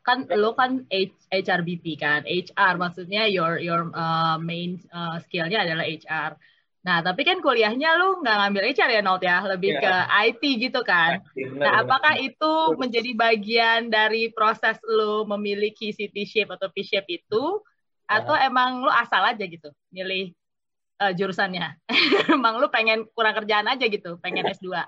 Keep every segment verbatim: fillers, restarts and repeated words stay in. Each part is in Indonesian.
kan lo kan H, HRBP kan, H R maksudnya your your uh, main uh, skillnya adalah H R. Nah, tapi kan kuliahnya lu nggak ngambil H R ya, Not ya, lebih yeah. ke I T gitu kan. Bener, nah, apakah bener. itu menjadi bagian dari proses lu memiliki si T-shape atau P-shape itu, atau uh. emang lu asal aja gitu, milih uh, jurusannya? Emang lu pengen kurang kerjaan aja gitu, pengen S dua?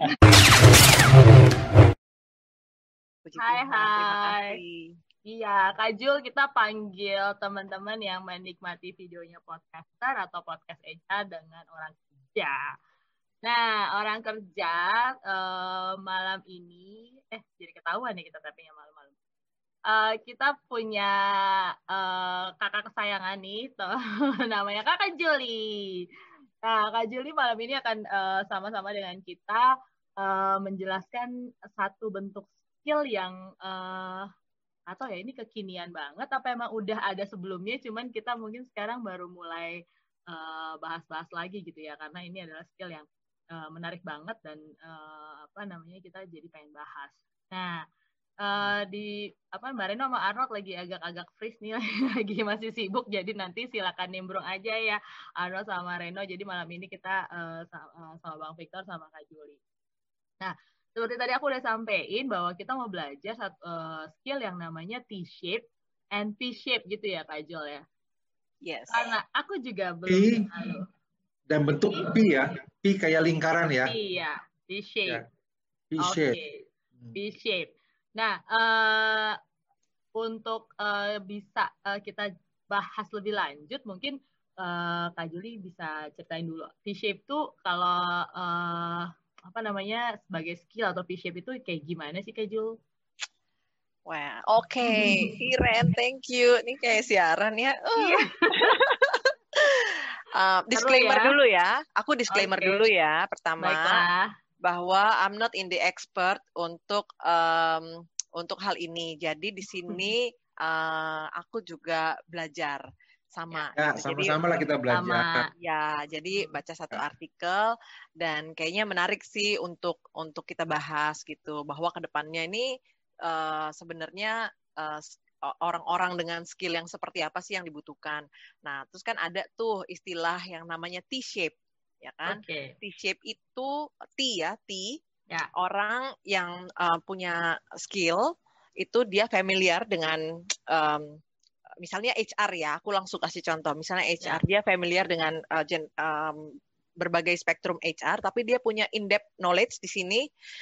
Hai, hai. Iya, Kak Jul, kita panggil teman-teman yang menikmati videonya podcaster atau podcast H R dengan orang kerja. Nah, orang kerja uh, malam ini, eh jadi ketahuan nih kita tappingnya malam-malam. Uh, kita punya uh, kakak kesayangan nih, toh, namanya Kakak Juli. Nah, Kak Juli malam ini akan uh, sama-sama dengan kita uh, menjelaskan satu bentuk skill yang uh, atau ya ini kekinian banget apa emang udah ada sebelumnya cuman kita mungkin sekarang baru mulai uh, bahas-bahas lagi gitu ya, karena ini adalah skill yang uh, menarik banget dan uh, apa namanya kita jadi pengen bahas. Nah uh, di apa Mbak Reno sama Arnold lagi agak-agak freeze nih, lagi masih sibuk, jadi nanti silakan nimbrung aja ya Arnold sama Reno. Jadi malam ini kita uh, sama, sama Bang Victor sama Kak Juli. Nah, seperti tadi aku udah sampein bahwa kita mau belajar satu uh, skill yang namanya T-shape and P-shape gitu ya, Kak Jol ya? Yes. Karena aku juga belum tahu. Dan bentuk P ya, P kayak lingkaran ya? Iya, P-shape. Ya. P-shape. Oke, P-shape. Nah, uh, untuk uh, bisa uh, kita bahas lebih lanjut, mungkin uh, Kak Juli bisa ceritain dulu. P-shape tuh kalau uh, apa namanya sebagai skill atau P-shape itu kayak gimana sih Kak Jul? Wah, oke, okay. Iren, thank you. Ini kayak siaran ya. Uh. uh, disclaimer ya? dulu ya. Aku disclaimer okay. dulu ya. Pertama, Baiklah. bahwa I'm not in the expert untuk um, untuk hal ini. Jadi di sini uh, aku juga belajar. Sama. Ya, gitu. sama-sama lah kita belajar. Sama, ya, jadi baca satu artikel dan kayaknya menarik sih untuk untuk kita bahas gitu, bahwa kedepannya ini uh, sebenarnya uh, orang-orang dengan skill yang seperti apa sih yang dibutuhkan. Nah, terus kan ada tuh istilah yang namanya T-shape, ya kan? Okay. T-shape itu T ya, T. Ya. Orang yang uh, punya skill itu dia familiar dengan um, misalnya H R ya, aku langsung kasih contoh. Misalnya H R, yeah. dia familiar dengan uh, gen, um, berbagai spektrum H R, tapi dia punya in-depth knowledge di sini.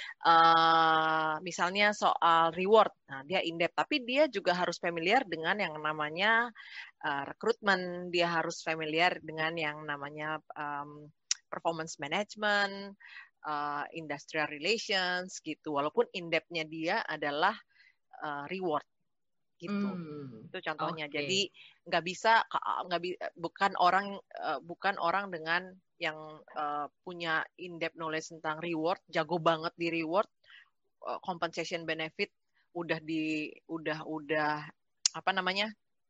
Uh, misalnya soal reward, nah dia in-depth, tapi dia juga harus familiar dengan yang namanya uh, rekrutmen, dia harus familiar dengan yang namanya um, performance management, uh, industrial relations, gitu. Walaupun in-depth-nya dia adalah uh, reward. Gitu, hmm, itu contohnya. Okay. Jadi nggak bisa nggak bukan orang uh, bukan orang dengan yang uh, punya in-depth knowledge tentang reward, jago banget di reward, uh, compensation benefit, udah di udah udah apa namanya,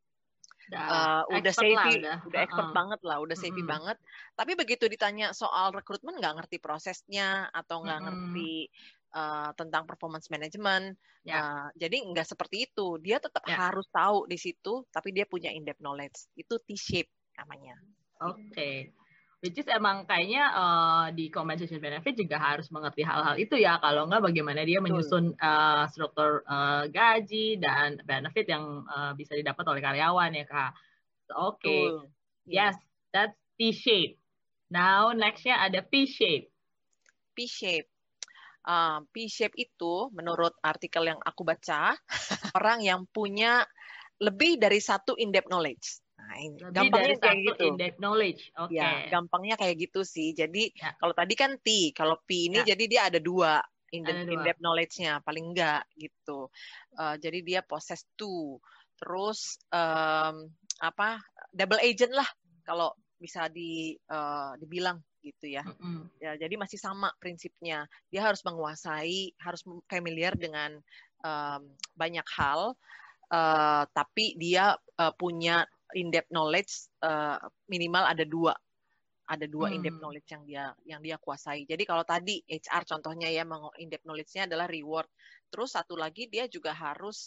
udah, uh, udah savvy, udah, udah expert uh-uh. banget lah, udah savvy uh-uh. banget. Tapi begitu ditanya soal rekrutmen nggak ngerti prosesnya atau nggak uh-uh. ngerti Uh, tentang performance management, ya. uh, jadi nggak seperti itu. Dia tetap ya. harus tahu di situ, tapi dia punya in-depth knowledge. Itu T-shape namanya. Oke, okay. Which is emang kayaknya uh, di compensation benefit juga harus mengerti hal-hal itu ya. Kalau nggak, bagaimana dia menyusun uh, struktur uh, gaji dan benefit yang uh, bisa didapat oleh karyawan ya Kak. Oke, okay. Yes, that's T-shape. Now nextnya ada P-shape. P-shape. Uh, P-shape itu menurut artikel yang aku baca orang yang punya lebih dari satu in-depth knowledge. Nah, ini lebih gampangnya dari kayak satu gitu. In-depth knowledge. Oke. Okay. Ya, gampangnya kayak gitu sih. Jadi ya. kalau tadi kan T, kalau P ini ya. jadi dia ada dua in-depth, in-depth knowledge-nya paling enggak gitu. Uh, jadi dia possess two. Terus um, apa? Double agent lah kalau bisa di uh, dibilang gitu ya. Mm-hmm. Ya, jadi masih sama prinsipnya. Dia harus menguasai, harus familiar dengan um, banyak hal, uh, tapi dia uh, punya in-depth knowledge uh, minimal ada dua. Ada dua hmm. in-depth knowledge yang dia yang dia kuasai. Jadi kalau tadi H R contohnya ya, in-depth knowledge-nya adalah reward. Terus satu lagi dia juga harus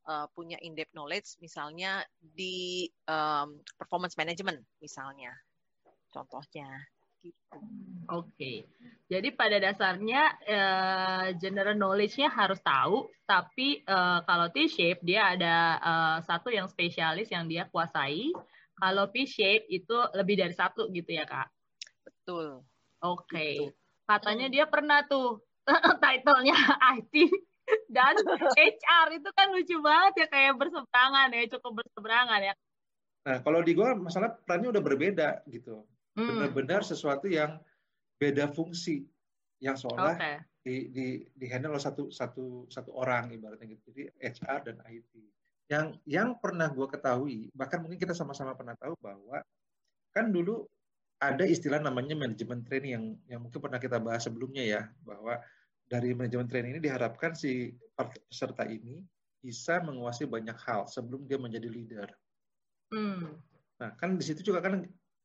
uh, punya in-depth knowledge, misalnya di um, performance management, misalnya, contohnya. Gitu. Oke, okay. Jadi pada dasarnya uh, general knowledge-nya harus tahu, tapi uh, kalau T-shape dia ada uh, satu yang spesialis yang dia kuasai. Kalau P-shape itu lebih dari satu gitu ya Kak? Betul. Oke, okay. Gitu. Katanya hmm. dia pernah tuh title-nya I T dan H R, itu kan lucu banget ya, kayak berseberangan ya, cukup berseberangan ya. Nah kalau di gua masalah perannya udah berbeda gitu, hmm. benar-benar sesuatu yang beda fungsi yang seolah okay. di, di, di handle oleh satu satu satu orang ibaratnya gitu. Jadi H R dan I T. Yang yang pernah gue ketahui, bahkan mungkin kita sama-sama pernah tahu bahwa kan dulu ada istilah namanya manajemen training yang yang mungkin pernah kita bahas sebelumnya ya, bahwa dari manajemen training ini diharapkan si peserta ini bisa menguasai banyak hal sebelum dia menjadi leader. Hmm. Nah kan di situ juga kan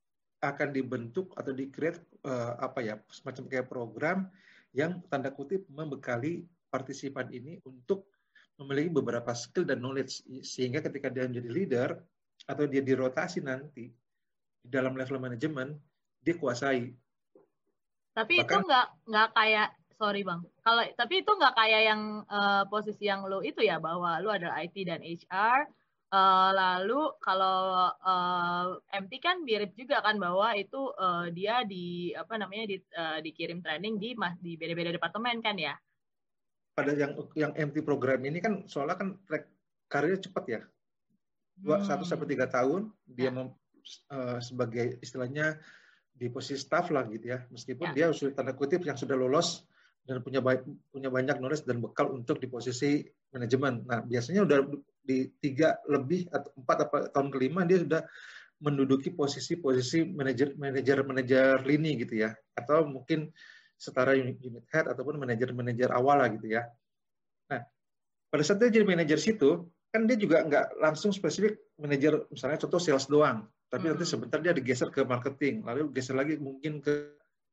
akan dibentuk atau di-create uh, apa ya, semacam kayak program yang tanda kutip membekali partisipan ini untuk memiliki beberapa skill dan knowledge, sehingga ketika dia menjadi leader atau dia dirotasi nanti di dalam level manajemen dia kuasai. Tapi Bahkan, itu nggak nggak kayak sorry bang, kalau tapi itu nggak kayak yang uh, posisi yang lo itu ya, bahwa lo adalah I T dan H R. Uh, lalu kalau uh, M T kan mirip juga kan, bahwa itu uh, dia di apa namanya di, uh, dikirim training di di beda-beda departemen kan ya. Pada yang yang M T program ini kan soalnya kan track karirnya cepat ya, dua hmm. satu sampai tiga tahun dia ya. mem, uh, sebagai istilahnya di posisi staff lah gitu ya, meskipun ya. dia sudah tanda kutip yang sudah lolos dan punya baik, punya banyak knowledge dan bekal untuk di posisi manajemen. Nah biasanya udah di tiga lebih atau empat atau tahun kelima dia sudah menduduki posisi-posisi manajer manajer manajer lini gitu ya, atau mungkin setara unit, unit head ataupun manajer-manajer awal lah gitu ya. Nah pada saat dia jadi manajer situ kan dia juga nggak langsung spesifik manajer, misalnya contoh sales doang, tapi hmm. nanti sebentar dia digeser ke marketing, lalu geser lagi mungkin ke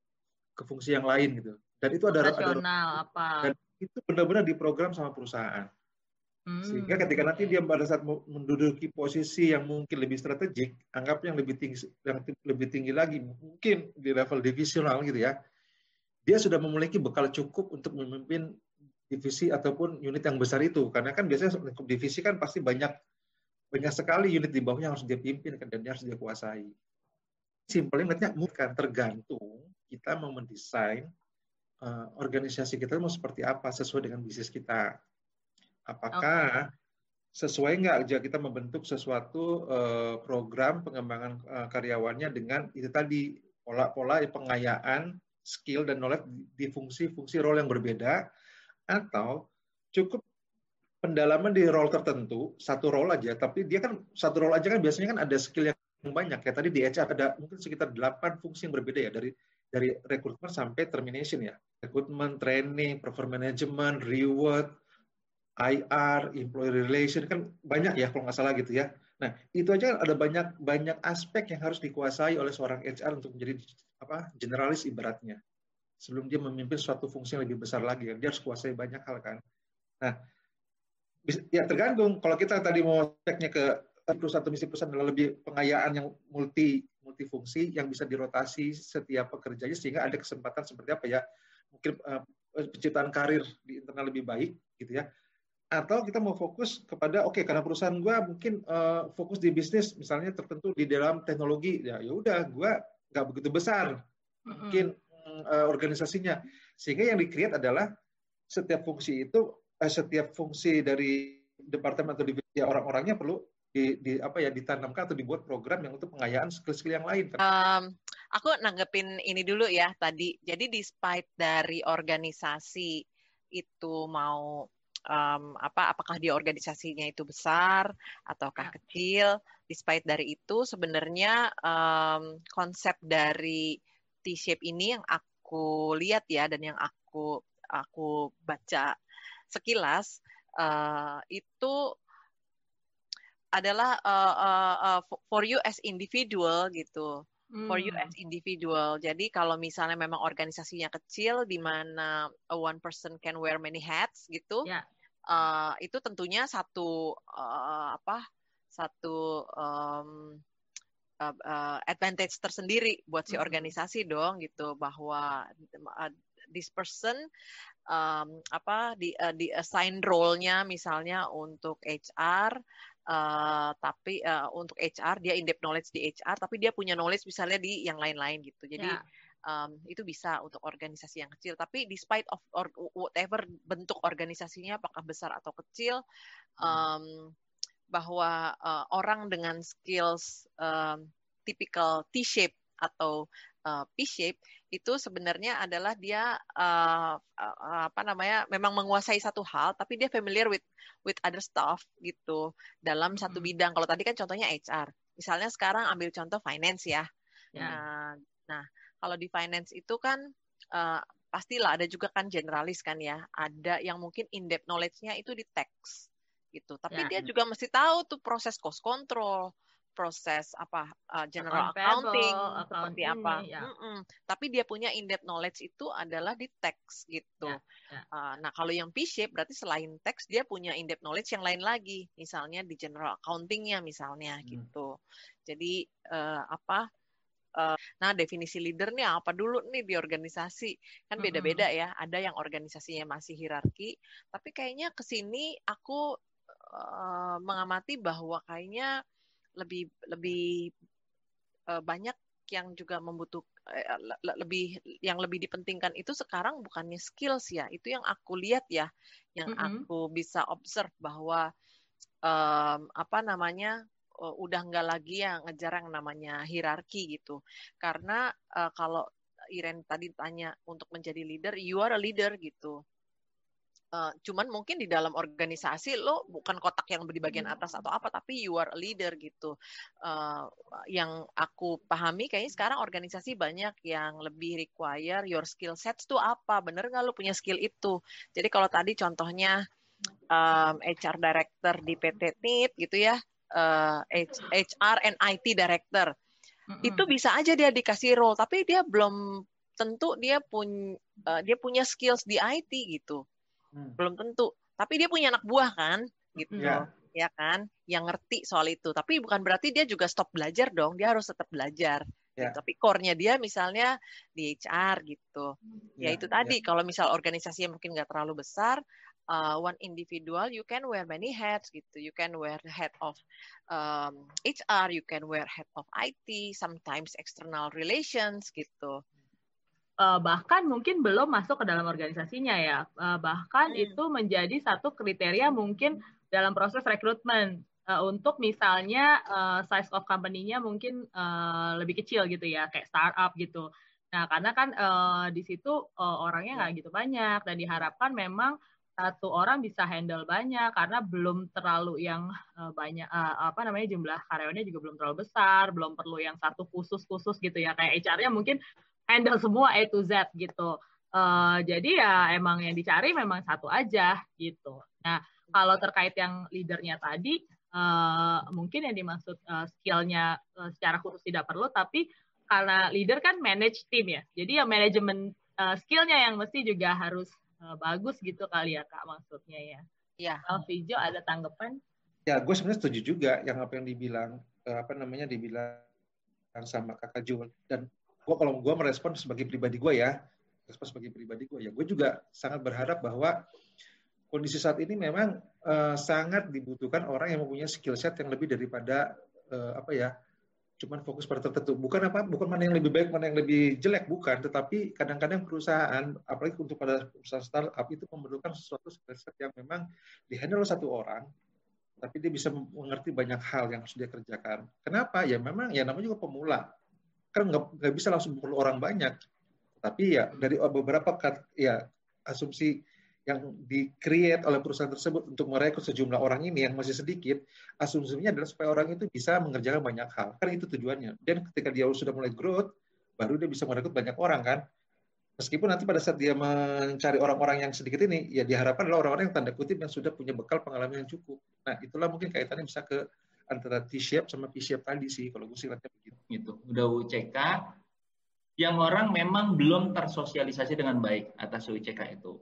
ke fungsi yang lain gitu. Dan itu ada ada apa? Dan itu benar-benar diprogram sama perusahaan. Hmm, Sehingga ketika okay. nanti dia pada saat menduduki posisi yang mungkin lebih strategik, anggap yang lebih tinggi yang lebih tinggi lagi, mungkin di level divisional gitu ya, dia sudah memiliki bekal cukup untuk memimpin divisi ataupun unit yang besar itu. Karena kan biasanya lingkup divisi kan pasti banyak banyak sekali unit di bawahnya harus dia pimpin dan dia harus dia kuasai. Simpelnya netnya bukan tergantung kita mau mendesain uh, organisasi kita mau seperti apa sesuai dengan bisnis kita. Apakah okay. sesuai nggak jika kita membentuk sesuatu uh, program pengembangan uh, karyawannya dengan itu tadi pola-pola pengayaan skill dan knowledge di fungsi-fungsi role yang berbeda, atau cukup pendalaman di role tertentu, satu role aja, tapi dia kan satu role aja kan biasanya kan ada skill yang banyak. Kayak tadi di H R ada mungkin sekitar delapan fungsi yang berbeda ya, dari dari rekrutmen sampai termination ya. Rekrutmen, training, performance management, reward, I R, employee relation, kan banyak ya kalau nggak salah gitu ya. Nah, itu aja ada banyak banyak aspek yang harus dikuasai oleh seorang H R untuk menjadi apa generalis ibaratnya. Sebelum dia memimpin suatu fungsi yang lebih besar lagi, dia harus kuasai banyak hal kan. Nah, ya tergantung. Kalau kita tadi mau speknya ke perusahaan atau misi perusahaan adalah lebih pengayaan yang multi multifungsi yang bisa dirotasi setiap pekerjanya sehingga ada kesempatan seperti apa ya, mungkin uh, penciptaan karir di internal lebih baik gitu ya. Atau kita mau fokus kepada oke okay, karena perusahaan gue mungkin uh, fokus di bisnis misalnya tertentu di dalam teknologi, ya ya udah gue nggak begitu besar mungkin uh, organisasinya, sehingga yang di-create adalah setiap fungsi itu uh, setiap fungsi dari departemen atau divisi ya, orang-orangnya perlu di, di apa ya ditanamkan atau dibuat program yang untuk pengayaan skill-skill yang lain. Um, aku nanggepin ini dulu ya tadi. Jadi despite dari organisasi itu mau Um, apa apakah dia organisasinya itu besar ataukah ya. kecil, despite dari itu sebenarnya um, konsep dari T-shape ini yang aku lihat ya dan yang aku aku baca sekilas uh, itu adalah uh, uh, uh, for you as individual gitu. For you as individual. Jadi kalau misalnya memang organisasinya kecil di mana one person can wear many hats gitu, yeah. uh, itu tentunya satu uh, apa satu um, uh, uh, advantage tersendiri buat si organisasi dong gitu, bahwa uh, this person um, apa di uh, di assign role-nya misalnya untuk H R, uh, tapi uh, untuk H R dia in-depth knowledge di H R, tapi dia punya knowledge misalnya di yang lain-lain gitu. Jadi yeah. um, itu bisa untuk organisasi yang kecil. Tapi despite of or whatever bentuk organisasinya, apakah besar atau kecil, um, bahwa uh, orang dengan skills um, typical T-shape atau uh, P-shape itu sebenarnya adalah dia uh, uh, apa namanya memang menguasai satu hal, tapi dia familiar with with other stuff gitu dalam mm-hmm. satu bidang. Kalau tadi kan contohnya H R, misalnya sekarang ambil contoh finance ya. Yeah. Uh, nah kalau di finance itu kan uh, pastilah ada juga kan generalis kan ya, ada yang mungkin in-depth knowledge-nya itu di tax gitu, tapi yeah. dia juga mesti tahu tuh proses cost control, proses apa uh, general account accounting payable, seperti account apa, ini, ya. Tapi dia punya in-depth knowledge itu adalah di tax gitu. Ya, ya. Uh, nah kalau yang P-shape berarti selain tax dia punya in-depth knowledge yang lain lagi, misalnya di general accounting-nya misalnya hmm. gitu. Jadi uh, apa? Uh, nah definisi leader nih apa dulu nih di organisasi kan beda-beda ya. Ada yang organisasinya masih hierarki, tapi kayaknya kesini aku uh, mengamati bahwa kayaknya lebih lebih uh, banyak yang juga membutuhkan uh, lebih yang lebih dipentingkan itu sekarang bukannya skills ya, itu yang aku lihat ya, yang mm-hmm. aku bisa observe bahwa um, apa namanya uh, udah nggak lagi yang ngejar yang namanya hierarki gitu, karena uh, kalau Iren tadi tanya untuk menjadi leader, you are a leader gitu. Uh, cuman mungkin di dalam organisasi lo bukan kotak yang di bagian atas atau apa, tapi you are a leader gitu. Uh, yang aku pahami kayaknya sekarang organisasi banyak yang lebih require your skill sets tuh apa, bener nggak lo punya skill itu. Jadi kalau tadi contohnya um, H R director di P T N I T gitu ya, uh, H R and I T director, mm-hmm. itu bisa aja dia dikasih role, tapi dia belum tentu dia punya uh, dia punya skills di I T gitu. Hmm. Belum tentu, tapi dia punya anak buah kan gitu yeah. ya kan yang ngerti soal itu, tapi bukan berarti dia juga stop belajar dong, dia harus tetap belajar yeah. gitu. Tapi core-nya dia misalnya di H R gitu yeah. ya itu tadi yeah. Kalau misal organisasi yang mungkin nggak terlalu besar, uh, one individual you can wear many hats gitu, you can wear the head of um, H R, you can wear head of I T, sometimes external relations gitu. Uh, bahkan mungkin belum masuk ke dalam organisasinya ya, uh, bahkan hmm. itu menjadi satu kriteria mungkin dalam proses rekrutmen uh, untuk misalnya uh, size of company-nya mungkin uh, lebih kecil gitu ya, kayak startup gitu. Nah karena kan uh, di situ uh, orangnya nggak yeah. gitu banyak dan diharapkan memang satu orang bisa handle banyak karena belum terlalu yang uh, banyak uh, apa namanya jumlah karyawannya juga belum terlalu besar, belum perlu yang satu khusus-khusus gitu ya, kayak H R-nya mungkin handle semua A to Z gitu. Uh, jadi ya emang yang dicari memang satu aja gitu. Nah kalau terkait yang leadernya tadi, uh, mungkin yang dimaksud uh, skill-nya uh, secara khusus tidak perlu, tapi karena leader kan manage tim ya. Jadi ya manajemen uh, skill-nya yang mesti juga harus uh, bagus gitu kali ya Kak maksudnya ya. Iya. Kalau Vijo ada tanggapan? Ya gue sebenarnya setuju juga yang apa yang dibilang uh, apa namanya dibilang sama Kakak Jul, dan gue kalau gue merespon sebagai pribadi gue ya, respon sebagai pribadi gue ya, gue juga sangat berharap bahwa kondisi saat ini memang uh, sangat dibutuhkan orang yang mempunyai skill set yang lebih daripada uh, apa ya, cuman fokus pada tertentu. Bukan apa, bukan mana yang lebih baik, mana yang lebih jelek, bukan. Tetapi kadang-kadang perusahaan, apalagi untuk pada perusahaan startup itu memerlukan sesuatu skill set yang memang dihandle oleh satu orang, tapi dia bisa mengerti banyak hal yang harus dia kerjakan. Kenapa? Ya memang ya namanya juga pemula. Kan nggak nggak bisa langsung perlu orang banyak, tapi ya dari beberapa ya asumsi yang di-create oleh perusahaan tersebut untuk merekrut sejumlah orang ini yang masih sedikit, asumsinya adalah supaya orang itu bisa mengerjakan banyak hal, kan itu tujuannya. Dan ketika dia sudah mulai growth, baru dia bisa merekrut banyak orang kan. Meskipun nanti pada saat dia mencari orang-orang yang sedikit ini, ya diharapkan adalah orang-orang yang tanda kutip yang sudah punya bekal pengalaman yang cukup. Nah itulah mungkin kaitannya bisa ke antara T-shape sama P-shape tadi sih, kalau gue sih lihatnya begitu. Gitu. Udah U C K, yang orang memang belum tersosialisasi dengan baik atas U C K itu. Gitu.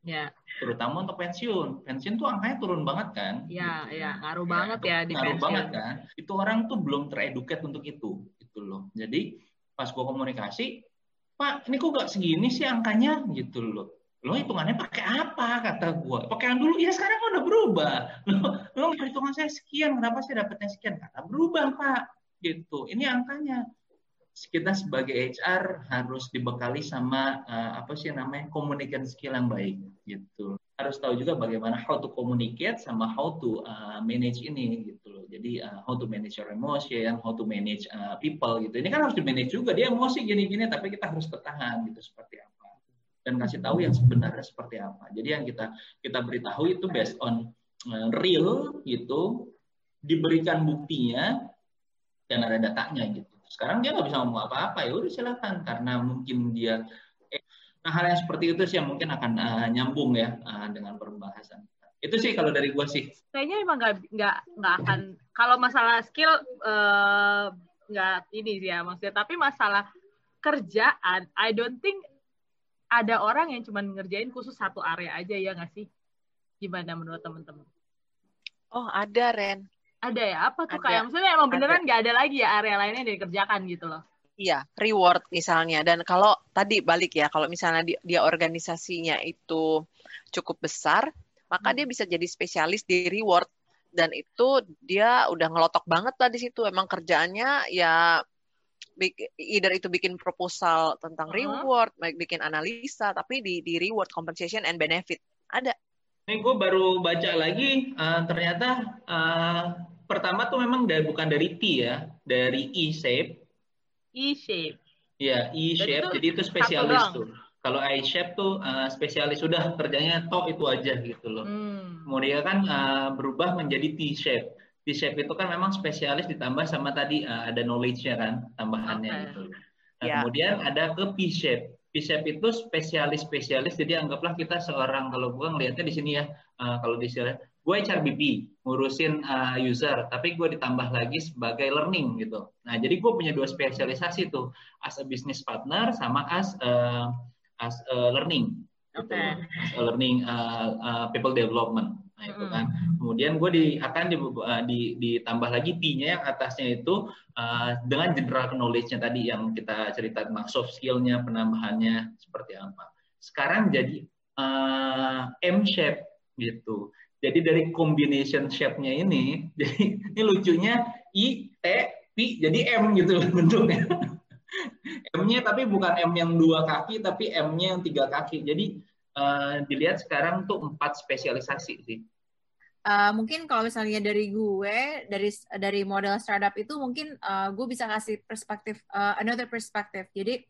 Ya. Terutama untuk pensiun. Pensiun tuh angkanya turun banget kan? Iya, gitu. iya, ngaruh ya, banget ya di ngaruh pensiun. banget kan? Itu orang tuh belum tereduket untuk itu, gitu loh. Jadi pas gua komunikasi, Pak, ini kok gak segini sih angkanya, gitu loh. Lo hitungannya pakai apa, kata gua? Pakai yang dulu, ya sekarang udah berubah. Lo, lo hitungan saya sekian, kenapa saya dapatnya sekian? Kata berubah, Pak. Gitu. Ini angkanya. Kita sebagai H R harus dibekali sama uh, apa sih namanya communication skill yang baik gitu. Harus tahu juga bagaimana how to communicate sama how to uh, manage ini gitu loh. Jadi uh, how to manage your emotion, how to manage uh, people gitu. Ini kan harus di manage juga. Dia emosi gini-gini tapi kita harus bertahan gitu seperti apa. Dan kasih tahu yang sebenarnya seperti apa. Jadi yang kita kita beritahu itu based on uh, real gitu, diberikan buktinya dan ada datanya gitu. Sekarang dia nggak bisa ngomong apa-apa, ya udah silakan karena mungkin dia eh, nah hal yang seperti itu sih yang mungkin akan uh, nyambung ya uh, dengan pembahasan. Itu sih kalau dari gua sih. Kayaknya emang nggak nggak nggak akan kalau masalah skill nggak uh, ini sih ya maksudnya, tapi masalah kerjaan, I don't think ada orang yang cuma ngerjain khusus satu area aja ya nggak sih? Gimana menurut teman-teman? Oh ada Ren. Ada ya? Apa tuh? Ada. Kayak maksudnya emang beneran nggak ada lagi ya area lainnya yang dikerjakan gitu loh? Iya, reward misalnya. Dan kalau tadi balik ya, kalau misalnya dia, dia organisasinya itu cukup besar, maka hmm. dia bisa jadi spesialis di reward. Dan itu dia udah ngelotok banget lah di situ. Emang kerjaannya ya either itu bikin proposal tentang uh-huh. reward, bikin analisa, tapi di, di reward, compensation, and benefit. Ada. Ini gue baru baca lagi, uh, ternyata uh, pertama tuh memang dari, bukan dari T ya, dari E-shape. E-shape. Ya, E-shape. Jadi itu spesialis tuh. Kalau I-shape tuh uh, spesialis, sudah kerjanya tok itu aja gitu loh. Hmm. Kemudian kan uh, berubah menjadi T-shape. T-shape itu kan memang spesialis ditambah sama tadi uh, ada knowledge-nya kan tambahannya okay. gitu. Nah, yeah. Kemudian ada ke P-shape. P-shape itu spesialis-spesialis. Jadi anggaplah kita seorang, kalau gue ngelihatnya di sini ya, uh, kalau di sini gue H R B P, ngurusin uh, user, tapi gue ditambah lagi sebagai learning gitu. Nah, jadi gue punya dua spesialisasi tuh, as a business partner sama as uh, as a learning, gitu. Okay. As a learning uh, uh, people development. Nah, itu kan. Kemudian gue di, akan di, uh, di, ditambah lagi P-nya yang atasnya itu uh, dengan general knowledge-nya tadi yang kita cerita tentang soft skill-nya, penambahannya seperti apa. Sekarang jadi uh, M-shape gitu. Jadi dari combination shape-nya ini, jadi ini lucunya I, T, P, jadi M gitu bentuknya. M-nya tapi bukan M yang dua kaki, tapi M-nya yang tiga kaki. Jadi uh, dilihat sekarang tuh empat spesialisasi sih. Uh, mungkin kalau misalnya dari gue, dari dari model startup itu mungkin uh, gue bisa kasih perspektif, uh, another perspective. Jadi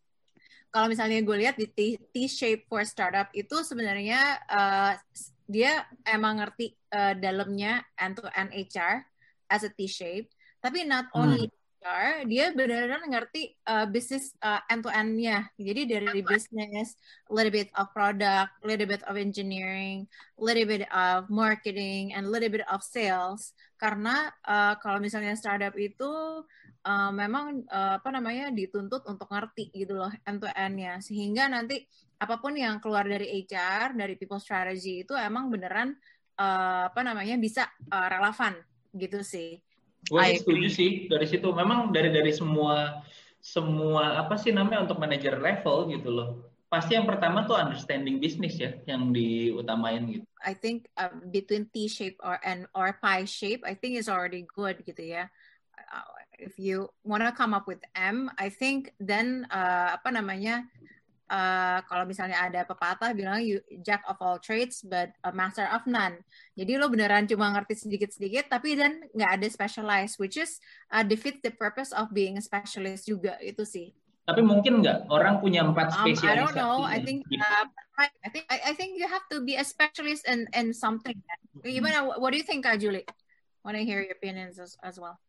kalau misalnya gue lihat di T-shape for startup itu sebenarnya uh, dia emang ngerti uh, dalamnya end-to-end H R as a T-shape, tapi not only hmm. H R, dia benar-benar ngerti uh, bisnis uh, end-to-end-nya. Jadi dari business, a little bit of product, a little bit of engineering, a little bit of marketing, and a little bit of sales. Karena uh, kalau misalnya startup itu uh, memang uh, apa namanya dituntut untuk ngerti gitu loh end-to-end-nya, sehingga nanti apapun yang keluar dari H R, dari people strategy itu emang beneran uh, apa namanya bisa uh, relevan gitu sih. Gue setuju sih dari situ. Memang dari dari semua semua apa sih namanya untuk manager level gitu loh. Pasti yang pertama tuh understanding business ya yang diutamain gitu. I think uh, between T shape or and or pie shape, I think is already good gitu ya. Uh, if you wanna come up with M, I think then uh, apa namanya Uh, kalau misalnya ada pepatah bilang you jack of all trades but a master of none. Jadi lo beneran cuma ngerti sedikit-sedikit tapi dan nggak ada specialized, which is uh, defeat the purpose of being a specialist juga itu sih. Tapi mungkin nggak orang punya empat spesialisasi? Um, I don't know. I think uh, I think I, I think you have to be a specialist in in something. Gimana? What do you think, Kak Julie? Want to hear your opinions as, as well.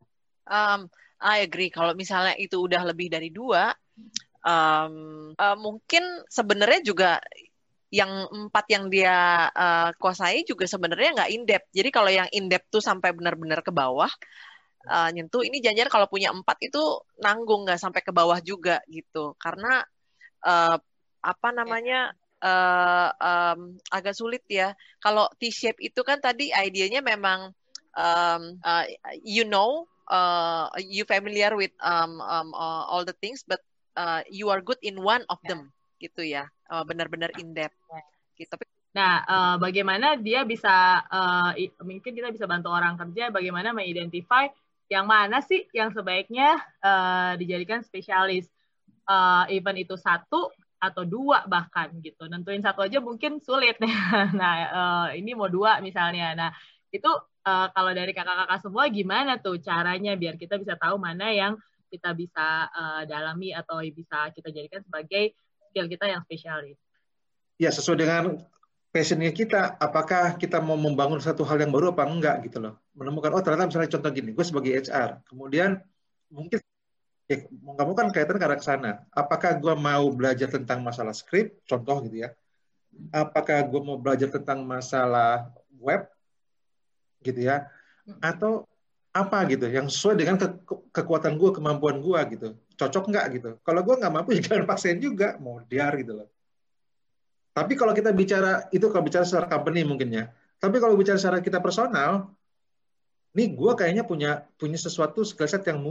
Um, I agree. Kalau misalnya itu udah lebih dari dua. Um, uh, mungkin sebenarnya juga yang empat yang dia uh, kuasai juga sebenarnya nggak in-depth. Jadi kalau yang in-depth tuh sampai benar-benar ke bawah uh, nyentuh, ini janjian kalau punya empat itu nanggung nggak sampai ke bawah juga gitu. Karena uh, apa namanya uh, um, agak sulit ya. Kalau T-shape itu kan tadi idenya memang um, uh, you know, uh, you familiar with um, um, uh, all the things, but uh, you are good in one of them, gitu ya. Uh, benar-benar in depth. Gitu. Nah, uh, bagaimana dia bisa, uh, mungkin kita bisa bantu orang kerja, bagaimana mengidentify yang mana sih yang sebaiknya uh, dijadikan spesialis, uh, even itu satu atau dua bahkan gitu. Nentuin satu aja mungkin sulit. Nah, uh, ini mau dua misalnya. Nah, itu uh, kalau dari kakak-kakak semua gimana tuh caranya biar kita bisa tahu mana yang kita bisa uh, dalami atau bisa kita jadikan sebagai skill kita yang spesialis. Ya, sesuai dengan passionnya kita, apakah kita mau membangun satu hal yang baru apa enggak gitu loh. Menemukan, oh ternyata misalnya contoh gini, gue sebagai H R, kemudian mungkin, ya mau nggak mau kan kaitan ke arah sana. Apakah gue mau belajar tentang masalah script, contoh gitu ya. Apakah gue mau belajar tentang masalah web, gitu ya. Atau apa gitu, yang sesuai dengan ke kekuatan gue, kemampuan gue gitu. Cocok nggak gitu. Kalau gue nggak mampu, ya jangan paksain juga, mau diar gitu loh. Tapi kalau kita bicara, itu kalau bicara secara company mungkin ya. Tapi kalau bicara secara kita personal, nih gue kayaknya punya punya sesuatu skill set yang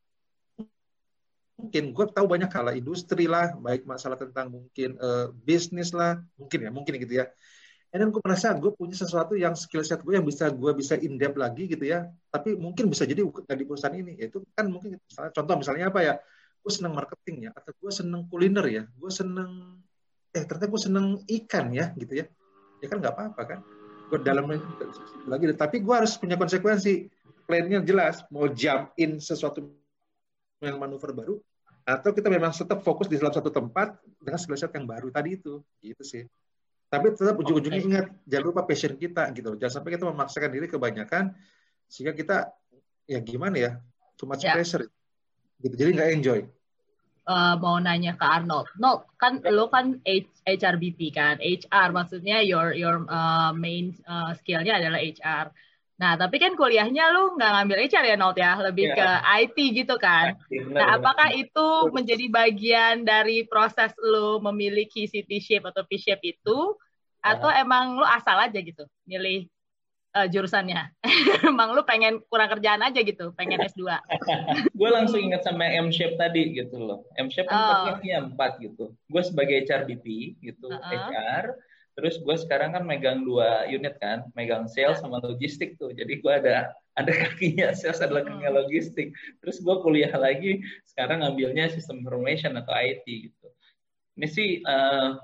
mungkin, gue tahu banyak hal, industri lah, baik masalah tentang mungkin uh, bisnis lah, mungkin ya, mungkin gitu ya. Dan gue merasa gue punya sesuatu yang skill set gue yang bisa gue bisa in depth lagi gitu ya. Tapi mungkin bisa jadi nggak di perusahaan ini. Itu kan mungkin, misalnya, contoh misalnya apa ya, gue seneng marketing ya, atau gue seneng kuliner ya, gue seneng eh ternyata gue seneng ikan ya gitu ya, ya kan nggak apa-apa kan, gue dalam lagi, tapi gue harus punya konsekuensi, plannya jelas, mau jump in sesuatu yang manuver baru, atau kita memang tetap fokus di dalam satu tempat dengan skill set yang baru tadi itu, gitu sih. Tapi tetap ujung-ujungnya okay. Ingat, jangan lupa passion kita gitu, jangan sampai kita memaksakan diri kebanyakan sehingga kita ya gimana ya, too much yeah. pressure gitu, jadi nggak enjoy. Uh, mau nanya ke Arnold. Arnold, kan lo kan H R B P kan, H R maksudnya your your uh, main uh, skill-nya adalah H R. Nah, tapi kan kuliahnya lo nggak ngambil H R ya, Arnold ya, lebih yeah. ke I T gitu kan. Benar, nah, apakah benar. Itu menjadi bagian dari proses lo memiliki C T-shape atau P-shape itu, atau nah. emang lo asal aja gitu, milih uh, jurusannya? Emang lu pengen kurang kerjaan aja gitu, pengen S dua? Gue langsung ingat sama M-shape tadi gitu loh. M-shape kan oh. empat gitu. Gue sebagai H R B P gitu, uh-uh. H R. Terus gue sekarang kan megang dua unit kan, megang sales sama logistik tuh. Jadi gue ada ada kakinya sales, ada kakinya logistik. Terus gue kuliah lagi, sekarang ngambilnya sistem information atau I T gitu. Ini sih uh,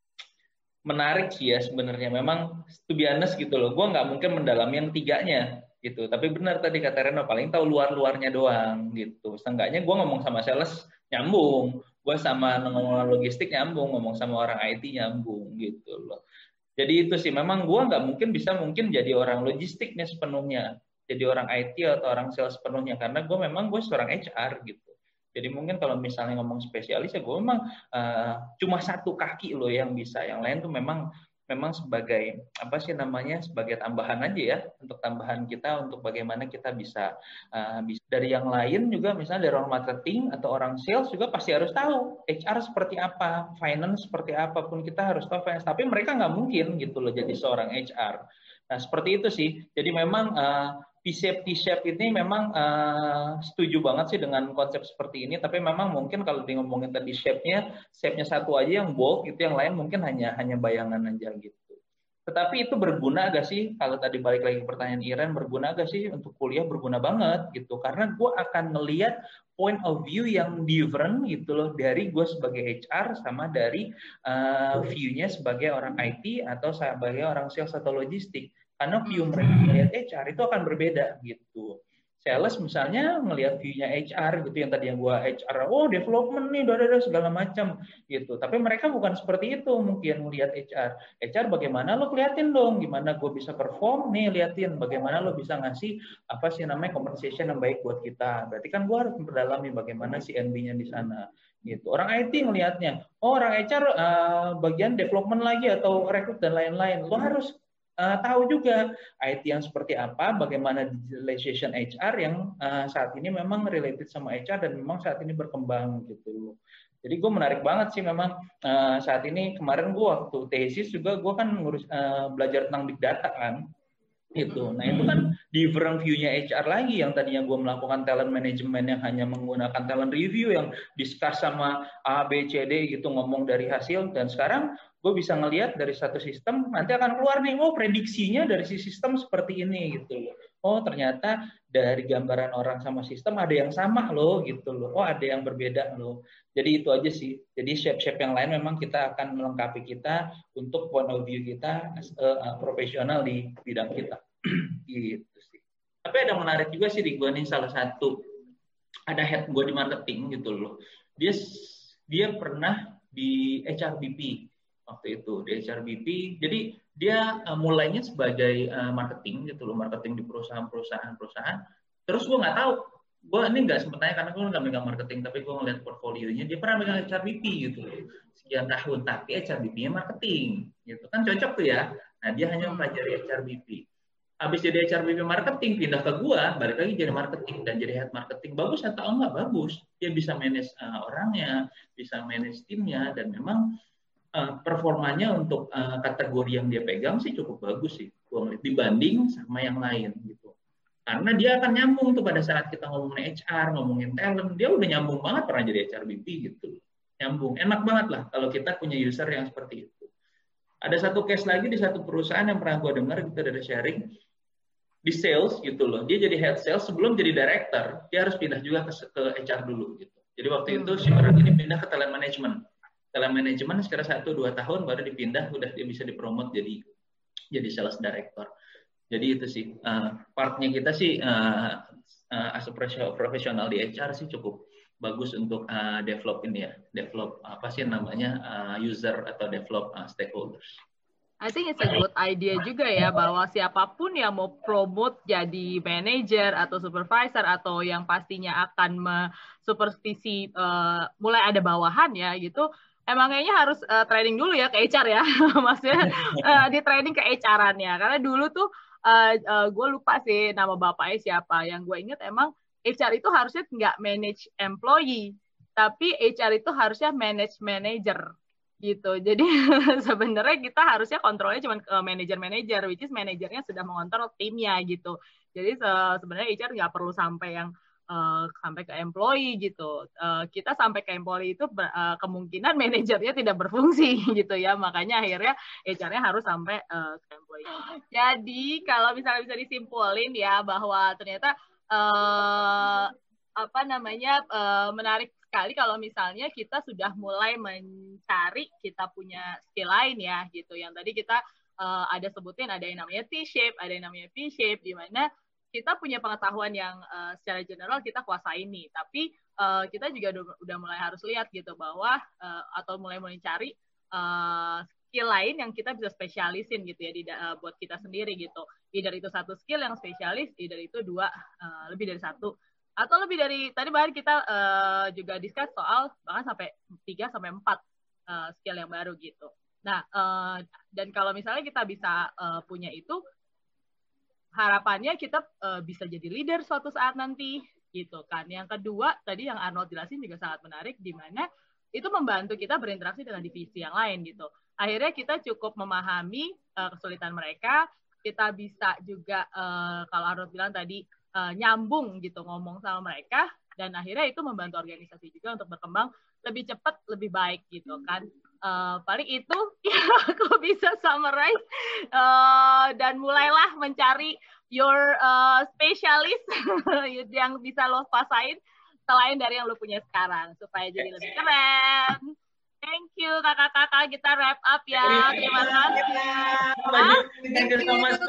menarik sih ya sebenarnya. Memang to be honest gitu loh, gue nggak mungkin mendalami yang tiganya gitu. Tapi benar tadi kata Reno, paling tahu luar-luarnya doang gitu. Seenggaknya gue ngomong sama sales nyambung, gue sama ngomong logistik nyambung, ngomong sama orang I T nyambung gitu loh. Jadi itu sih, memang gue nggak mungkin bisa mungkin jadi orang logistiknya sepenuhnya, jadi orang I T atau orang sales sepenuhnya, karena gue memang gue seorang H R gitu. Jadi mungkin kalau misalnya ngomong spesialis ya gue memang uh, cuma satu kaki loh yang bisa, yang lain tuh memang memang sebagai apa sih namanya, sebagai tambahan aja ya, untuk tambahan kita untuk bagaimana kita bisa, uh, bisa dari yang lain juga, misalnya dari orang marketing atau orang sales juga pasti harus tahu H R seperti apa, finance seperti apapun kita harus tahu finance, tapi mereka nggak mungkin gitu loh jadi seorang H R. Nah seperti itu sih, jadi memang uh, P-shape, T-shape ini memang uh, setuju banget sih dengan konsep seperti ini, tapi memang mungkin kalau di ngomongin tadi shape-nya, shape-nya satu aja yang bold, itu yang lain mungkin hanya hanya bayangan aja gitu. Tetapi itu berguna gak sih? Kalau tadi balik lagi ke pertanyaan Iren, berguna gak sih untuk kuliah? Berguna banget gitu, karena gue akan ngelihat point of view yang different gitu loh, dari gue sebagai H R sama dari uh, view-nya sebagai orang I T atau sebagai orang sales atau logistik. Karena view mereka melihat H R itu akan berbeda gitu. Sales misalnya ngelihat view-nya H R gitu, yang tadi yang gua H R, oh development nih, dada segala macam gitu. Tapi mereka bukan seperti itu mungkin melihat H R. H R bagaimana lo keliatin dong, gimana gue bisa perform nih, liatin bagaimana lo bisa ngasih apa sih namanya compensation yang baik buat kita. Berarti kan gua harus memperdalami bagaimana si N B-nya di sana. Gitu. Orang I T ngelihatnya, oh orang H R uh, bagian development lagi atau rekrut dan lain-lain. Lo harus Uh, tahu juga I T yang seperti apa, bagaimana digitalization H R yang uh, saat ini memang related sama H R dan memang saat ini berkembang gitu. Jadi gue menarik banget sih memang uh, saat ini. Kemarin gue waktu tesis juga gue kan ngurus uh, belajar tentang big data kan. Gitu. Nah itu kan different view-nya H R lagi, yang tadinya gue melakukan talent management yang hanya menggunakan talent review yang discuss sama A, B, C, D gitu, ngomong dari hasil, dan sekarang gue bisa ngelihat dari satu sistem nanti akan keluar nih, oh prediksinya dari si sistem seperti ini gitu. Oh ternyata dari gambaran orang sama sistem ada yang sama loh gitu loh. Oh ada yang berbeda loh. Jadi itu aja sih. Jadi shape-shape yang lain memang kita akan melengkapi kita untuk point of view kita as a, uh, profesional di bidang kita. Gitu sih. Tapi ada menarik juga sih di gue nih, salah satu ada head gue di marketing gitu loh. Dia dia pernah di H R B P waktu itu, di H R B P. Jadi dia uh, mulainya sebagai uh, marketing gitu loh, marketing di perusahaan-perusahaan perusahaan. Terus gue nggak tahu, gue ini nggak sempat tanya karena gue nggak megang marketing, tapi gue ngeliat portfolionya dia pernah megang H R B P gitu loh, sekian tahun, tapi H R B P-nya marketing gitu kan, cocok tuh ya. Nah dia hanya mempelajari H R B P. Habis jadi H R B P marketing, pindah ke gua, balik lagi jadi marketing dan jadi head marketing. Bagus atau enggak? Bagus. Dia bisa manage uh, orangnya, bisa manage timnya, dan memang uh, performanya untuk uh, kategori yang dia pegang sih cukup bagus sih, gua ngeliat, dibanding sama yang lain gitu. Karena dia akan nyambung tuh pada saat kita ngomongin H R, ngomongin talent, dia udah nyambung banget pernah jadi H R B P gitu. Nyambung, enak banget lah kalau kita punya user yang seperti itu. Ada satu case lagi di satu perusahaan yang pernah gua dengar, kita ada sharing, di sales gitu loh, dia jadi head sales sebelum jadi director, dia harus pindah juga ke, ke H R dulu gitu. Jadi waktu itu si orang ini pindah ke talent management, talent management sekitar satu dua tahun baru dipindah, udah dia bisa dipromot jadi jadi sales director. Jadi itu sih uh, partnya kita sih uh, uh, as a profesional di H R sih cukup bagus untuk uh, develop ini ya, develop apa sih namanya uh, user atau develop uh, stakeholders. I think it's a good idea juga ya, bahwa siapapun yang mau promote jadi manager atau supervisor atau yang pastinya akan supervisi uh, mulai ada bawahan ya gitu, emang kayaknya harus uh, training dulu ya ke H R ya, maksudnya uh, di training ke H R-annya. Karena dulu tuh uh, uh, gue lupa sih nama bapaknya siapa, yang gue inget emang H R itu harusnya nggak manage employee, tapi H R itu harusnya manage manager. Gitu. Jadi sebenarnya kita harusnya kontrolnya cuma ke manajer-manajer, which is manajernya sudah mengontrol timnya gitu. Jadi se- sebenarnya H R nggak perlu sampai yang uh, sampai ke employee gitu. Uh, kita sampai ke employee itu uh, kemungkinan manajernya tidak berfungsi gitu ya. Makanya akhirnya H R-nya harus sampai uh, ke employee. Jadi kalau misalnya bisa disimpulin ya bahwa ternyata uh, apa namanya uh, menarik sekali kalau misalnya kita sudah mulai mencari kita punya skill lain ya gitu, yang tadi kita uh, ada sebutin, ada yang namanya T-shape, ada yang namanya V-shape, di mana kita punya pengetahuan yang uh, secara general kita kuasai nih, tapi uh, kita juga udah, udah mulai harus lihat gitu bahwa uh, atau mulai mulai cari uh, skill lain yang kita bisa spesialisin gitu ya di, uh, buat kita sendiri gitu. Either itu satu skill yang spesialis, either itu dua, uh, lebih dari satu, atau lebih dari, tadi bahkan kita uh, juga discuss soal bahkan sampai tiga sampai empat uh, skill yang baru gitu. Nah, uh, dan kalau misalnya kita bisa uh, punya itu, harapannya kita uh, bisa jadi leader suatu saat nanti gitu kan. Yang kedua, tadi yang Arnold jelasin juga sangat menarik, di mana itu membantu kita berinteraksi dengan divisi yang lain gitu. Akhirnya kita cukup memahami uh, kesulitan mereka, kita bisa juga, uh, kalau Arnold bilang tadi, Uh, nyambung gitu ngomong sama mereka, dan akhirnya itu membantu organisasi juga untuk berkembang lebih cepat, lebih baik gitu kan. Uh, paling itu yang aku bisa summarize, uh, dan mulailah mencari your uh, specialist yang bisa lo kuasain selain dari yang lo punya sekarang supaya jadi lebih keren. Thank you kakak-kakak, kita wrap up ya. Terima kasih. Thank you so much.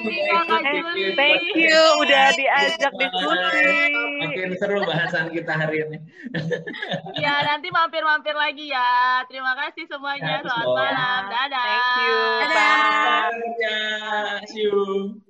Thank you udah diajak diskusi. Makin seru bahasan kita hari ini. Ya, nanti mampir-mampir lagi ya. Terima kasih semuanya. Selamat malam. Dadah. Thank you. Dadah. Dadah. See you.